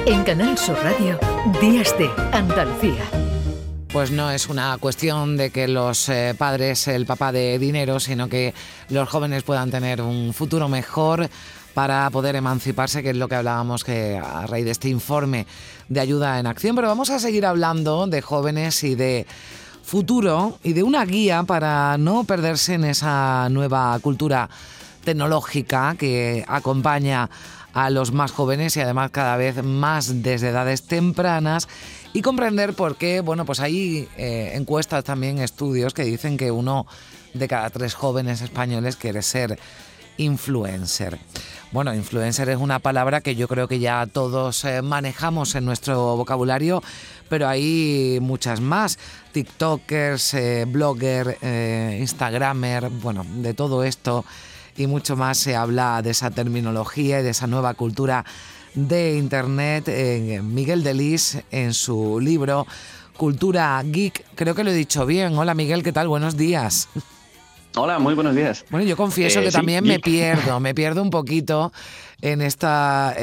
En Canal Sur Radio, Días de Andalucía. Pues no es una cuestión de que los padres, el papá de dinero, sino que los jóvenes puedan tener un futuro mejor para poder emanciparse, que es lo que hablábamos que a raíz de este informe de ayuda en acción. Pero vamos a seguir hablando de jóvenes y de futuro y de una guía para no perderse en esa nueva cultura tecnológica que acompaña a los más jóvenes y además cada vez más desde edades tempranas, y comprender por qué, bueno, pues hay encuestas también, estudios que dicen que 1 de cada 3 jóvenes españoles quiere ser influencer. Bueno, influencer es una palabra que yo creo que ya todos manejamos en nuestro vocabulario, pero hay muchas más. TikTokers, blogger, Instagramer, bueno, de todo esto y mucho más se habla de esa terminología y de esa nueva cultura de Internet. Miguel Delis, en su libro Cultura Geek, creo que lo he dicho bien. Hola Miguel, ¿qué tal? Buenos días. Hola, muy buenos días. Bueno, yo confieso que también me pierdo un poquito en esta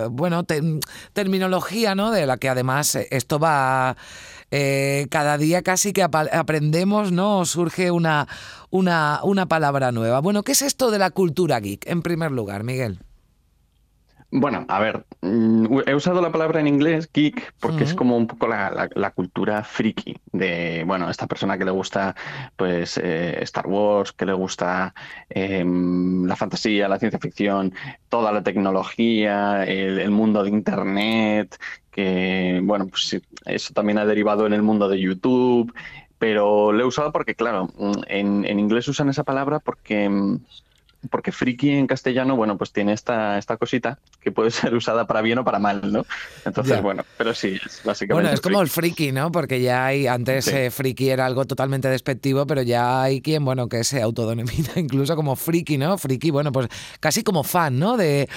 terminología, ¿no? De la que además esto va cada día casi que aprendemos, ¿no? Surge una palabra nueva. Bueno, ¿qué es esto de la cultura geek, en primer lugar, Miguel? Bueno, a ver, he usado la palabra en inglés, geek, porque es como un poco la cultura friki de, bueno, esta persona que le gusta, pues, Star Wars, que le gusta la fantasía, la ciencia ficción, toda la tecnología, el mundo de Internet, que, bueno, pues sí, eso también ha derivado en el mundo de YouTube, pero lo he usado porque, claro, en inglés usan esa palabra porque friki en castellano, bueno, pues tiene esta cosita que puede ser usada para bien o para mal, ¿no? Entonces, Ya. bueno, pero sí, es básicamente Bueno, es como friki. el friki, ¿no? Porque ya hay, antes Sí. friki era algo totalmente despectivo, pero ya hay quien, bueno, que se autodenomina incluso como friki, ¿no? Friki, bueno, pues casi como fan, ¿no? De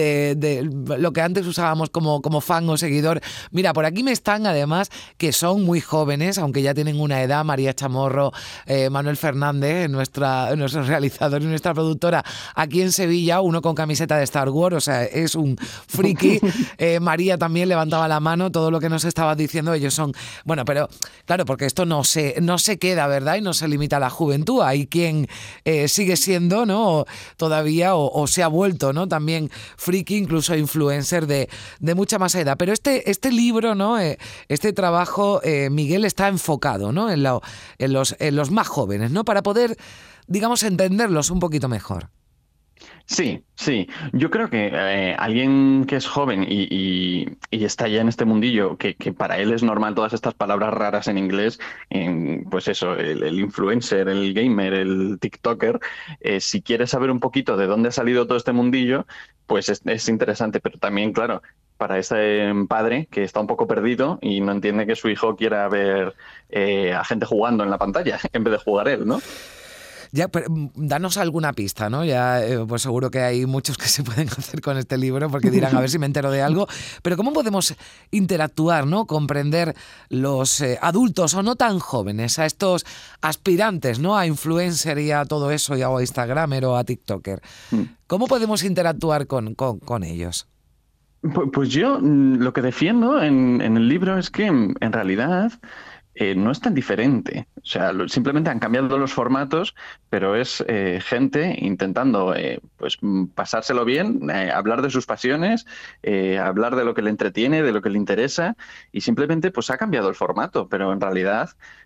lo que antes usábamos como fan o seguidor. Mira, por aquí me están además que son muy jóvenes, aunque ya tienen una edad, María Chamorro, Manuel Fernández, nuestro realizador y nuestra productora aquí en Sevilla, uno con camiseta de Star Wars, o sea, es un friki. María también levantaba la mano, todo lo que nos estabas diciendo, ellos son... Bueno, pero claro, porque esto no se queda, ¿verdad? Y no se limita a la juventud. Hay quien sigue siendo, ¿no? Todavía, o se ha vuelto, ¿no? También friki, incluso influencer de mucha más edad. Pero este libro, ¿no? Este trabajo, Miguel, está enfocado, ¿no? En los más jóvenes, ¿no? Para poder, digamos, entenderlos un poquito mejor. Sí, sí. Yo creo que alguien que es joven y está ya en este mundillo, que para él es normal todas estas palabras raras en inglés, pues eso, el influencer, el gamer, el TikToker, si quiere saber un poquito de dónde ha salido todo este mundillo, pues es interesante, pero también, claro, para ese padre que está un poco perdido y no entiende que su hijo quiera ver a gente jugando en la pantalla en vez de jugar él, ¿no? Ya, pero danos alguna pista, ¿no? Ya, pues seguro que hay muchos que se pueden hacer con este libro porque dirán, a ver si me entero de algo. Pero ¿cómo podemos interactuar, ¿no? Comprender los adultos o no tan jóvenes, a estos aspirantes, ¿no? A influencer y a todo eso, y a Instagramer o a TikToker. ¿Cómo podemos interactuar con ellos? Pues yo lo que defiendo en el libro es que en realidad no es tan diferente. O sea, simplemente han cambiado los formatos, pero es gente intentando pues pasárselo bien, hablar de sus pasiones, hablar de lo que le entretiene, de lo que le interesa, y simplemente pues ha cambiado el formato, pero en realidad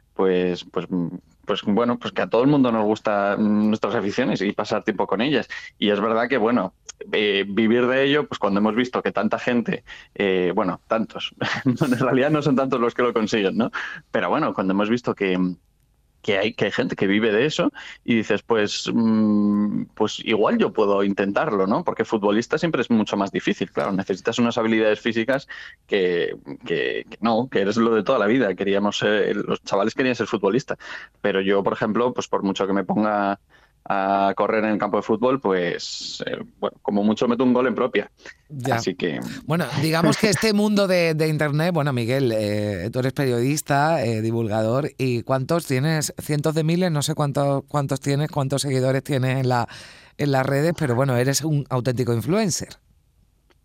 pues bueno, pues que a todo el mundo nos gustan nuestras aficiones y pasar tiempo con ellas. Y es verdad que, bueno, vivir de ello, pues cuando hemos visto que tanta gente, bueno, tantos, en realidad no son tantos los que lo consiguen, ¿no? Pero bueno, cuando hemos visto que hay gente que vive de eso y dices, pues igual yo puedo intentarlo, ¿no? Porque futbolista siempre es mucho más difícil, claro, necesitas unas habilidades físicas que no, que eres lo de toda la vida. Los chavales querían ser futbolista, pero yo, por ejemplo, pues por mucho que me ponga a correr en el campo de fútbol, pues bueno, como mucho meto un gol en propia. Ya. Así que... Bueno, digamos que este mundo de Internet, bueno, Miguel, tú eres periodista, divulgador, ¿y cuántos tienes? Cientos de miles, no sé cuántos tienes, cuántos seguidores tienes en las redes, pero bueno, eres un auténtico influencer.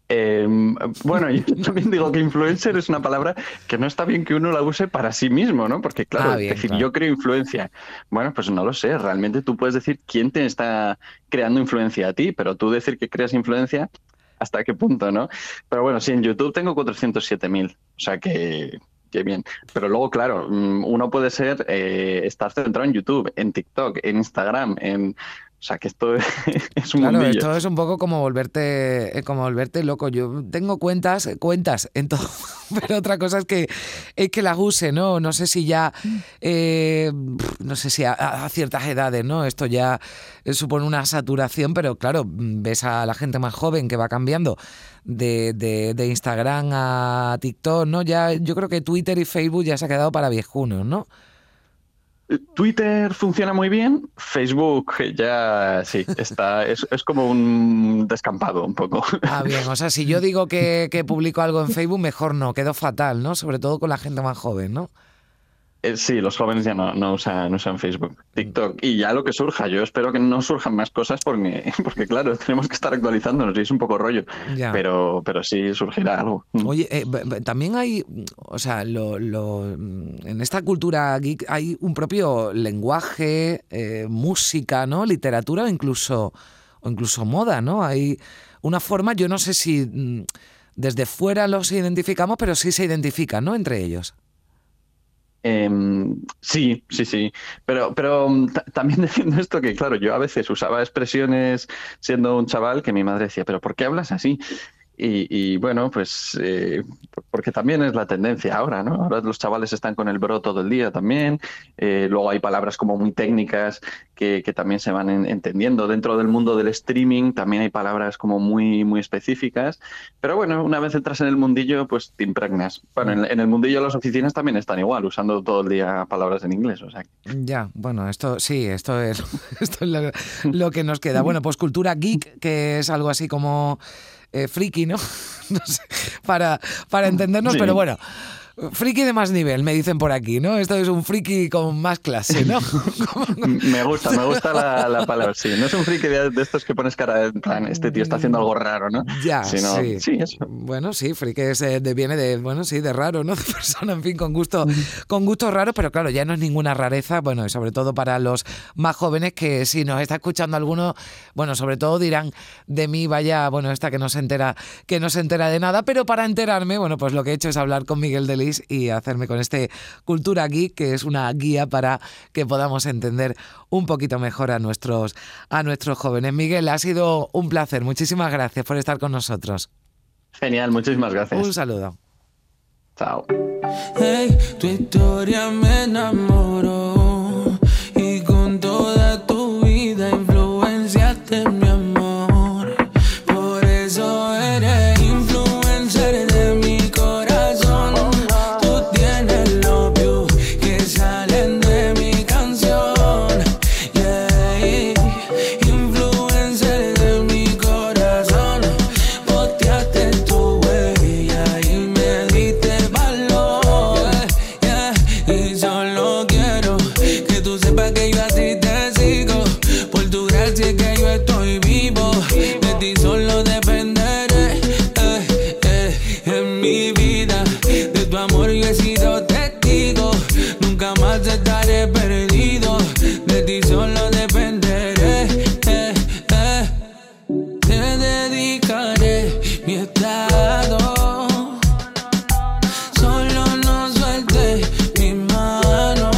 Eh, bueno, yo también digo que influencer es una palabra que no está bien que uno la use para sí mismo, ¿no? Porque claro, Bien, decir claro. yo creo influencia, bueno, pues no lo sé, realmente tú puedes decir quién te está creando influencia a ti, pero tú decir que creas influencia, ¿hasta qué punto, no? Pero bueno, sí, en YouTube tengo 407.000, o sea que bien. Pero luego, claro, uno puede estar centrado en YouTube, en TikTok, en Instagram, o sea que esto es un Claro, mundillo. esto es un poco como volverte loco. Yo tengo cuentas en todo, pero otra cosa es que las use, ¿no? No sé si ya, no sé si a ciertas edades, ¿no? Esto ya supone una saturación, pero claro, ves a la gente más joven que va cambiando de Instagram a TikTok, ¿no? Ya, yo creo que Twitter y Facebook ya se ha quedado para viejunos, ¿no? Twitter funciona muy bien, Facebook ya sí, es como un descampado un poco. Bien, o sea, si yo digo que publico algo en Facebook, mejor no, quedo fatal, ¿no? Sobre todo con la gente más joven, ¿no? Sí, los jóvenes ya no usan Facebook, TikTok y ya lo que surja. Yo espero que no surjan más cosas porque claro, tenemos que estar actualizándonos y es un poco rollo, Ya. pero sí surgirá algo. Oye, también hay, o sea, en esta cultura geek hay un propio lenguaje, música, ¿no? Literatura o incluso moda, ¿no? Hay una forma, yo no sé si desde fuera los identificamos, pero sí se identifican, ¿no? Entre ellos. Sí, sí, sí, pero también defiendo esto que, claro, yo a veces usaba expresiones siendo un chaval que mi madre decía, pero ¿por qué hablas así? Y bueno, pues porque también es la tendencia ahora, ¿no? Ahora los chavales están con el bro todo el día también. Luego hay palabras como muy técnicas que también se van entendiendo. Dentro del mundo del streaming también hay palabras como muy, muy específicas. Pero bueno, una vez entras en el mundillo, pues te impregnas. Bueno, en el mundillo las oficinas también están igual, usando todo el día palabras en inglés. O sea. Ya, bueno, esto sí, esto es, esto es lo que nos queda. Bueno, pues cultura geek, que es algo así como friki, ¿no? No sé, para entendernos, pero Sí. bueno, friki de más nivel, me dicen por aquí, ¿no? Esto es un friki con más clase, ¿no? Me gusta la palabra, sí. No es un friki de estos que pones cara en plan, este tío está haciendo algo raro, ¿no? Ya, Sino, sí. sí, eso. Bueno, sí, friki viene de, bueno, sí, de raro, ¿no? De persona, en fin, con gustos raros, pero claro, ya no es ninguna rareza, bueno, y sobre todo para los más jóvenes que si nos está escuchando alguno, bueno, sobre todo dirán de mí, vaya, bueno, esta que no se entera de nada, pero para enterarme, bueno, pues lo que he hecho es hablar con Miguel Delis y hacerme con este Cultura Geek, que es una guía para que podamos entender un poquito mejor a nuestros jóvenes. Miguel, ha sido un placer. Muchísimas gracias por estar con nosotros. Genial, muchísimas Un gracias. saludo. Chao. Hey, tu historia me enamoró y con toda tu vida influenciaste mi amor. Por eso eres influencer de mi corazón. Tú tienes los views que salen de mi canción. Yeah, influencer de mi corazón. Posteaste tu huella y me diste valor. Yeah, y solo quiero que tú sepas que yo a ti te sigo. Por tu gracia es que yo estoy vivo. De ti solo dependeré. En mi vida, de tu amor yo he sido testigo. Nunca más estaré perdido. De ti solo dependeré. Te dedicaré mi estado. Solo no sueltes mi mano.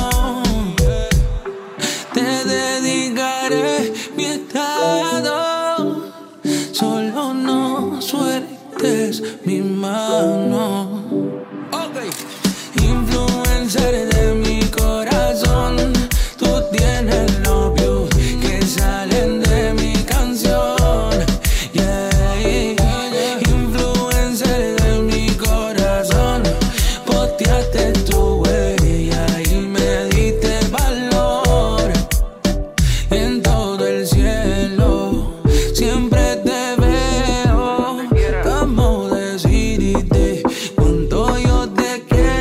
Te dedicaré mi estado. Solo no sueltes mi mano. Okay. Influencer de mi corazón. Tú tienes los views que salen de mi canción. Yeah, influencer de mi corazón. Posteaste tu huella y me diste valor. En todo el cielo siempre te veo. Como decidiste cuánto yo te quiero.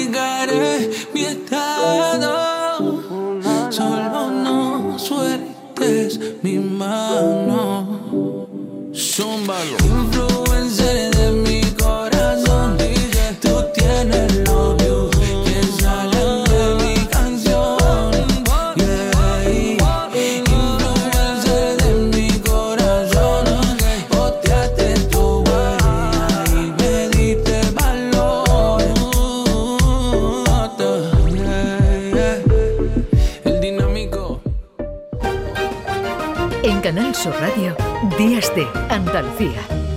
explicaré mi estado. Solo no sueltes mi mano. Zúmbalo. Influencer de mi corazón, dice tú tienes los views que salen de mi canción. Influencer de mi corazón, posteaste tu huella y me diste valor. El dinámico. En Canal Sur Radio, Días de Andalucía.